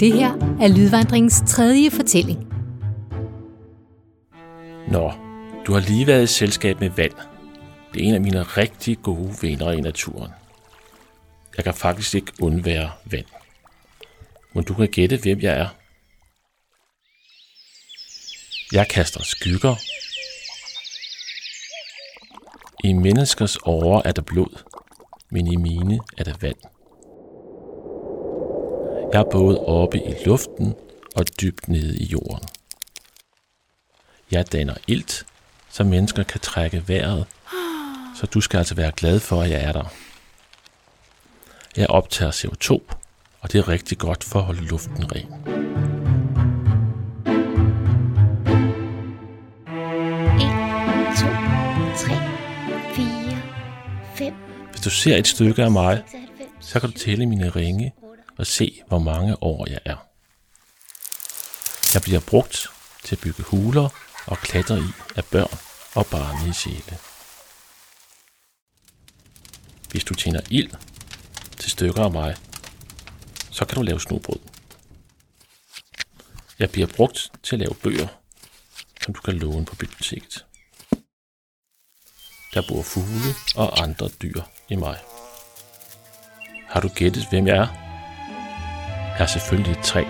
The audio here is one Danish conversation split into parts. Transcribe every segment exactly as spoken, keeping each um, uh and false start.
Det her er Lydvandringens tredje fortælling. Nå, du har lige været i selskab med vand. Det er en af mine rigtig gode venner i naturen. Jeg kan faktisk ikke undvære vand. Men du kan gætte, hvem jeg er. Jeg kaster skygger. I menneskers årer er der blod, men i mine er der vand. Jeg er både oppe i luften og dybt nede i jorden. Jeg danner ilt, så mennesker kan trække vejret, så du skal altså være glad for, at jeg er der. Jeg optager C O to, og det er rigtig godt for at holde luften ren. en, to, tre, fire, fem. Hvis du ser et stykke af mig, så kan du tælle mine ringe og se, hvor mange år jeg er. Jeg bliver brugt til at bygge huler og klatre i af børn og barnlige sjæle. Hvis du tænder ild til stykker af mig, så kan du lave snobrød. Jeg bliver brugt til at lave bøger, som du kan låne på biblioteket. Der bor fugle og andre dyr i mig. Har du gættet, hvem jeg er? Jeg er selvfølgelig et træ.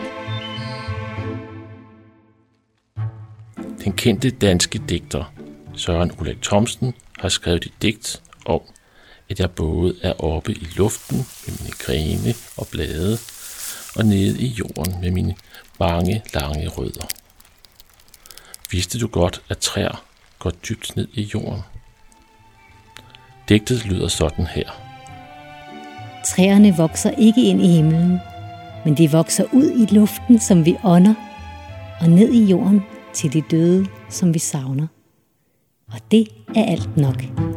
Den kendte danske digter Søren Ulrik Thomsen har skrevet et digt om, at jeg både er oppe i luften med mine grene og blade, og nede i jorden med mine mange lange rødder. Vidste du godt, at træer går dybt ned i jorden? Digtet lyder sådan her. Træerne vokser ikke ind i himlen, men de vokser ud i luften, som vi ånder, og ned i jorden til de døde, som vi savner. Og det er alt nok.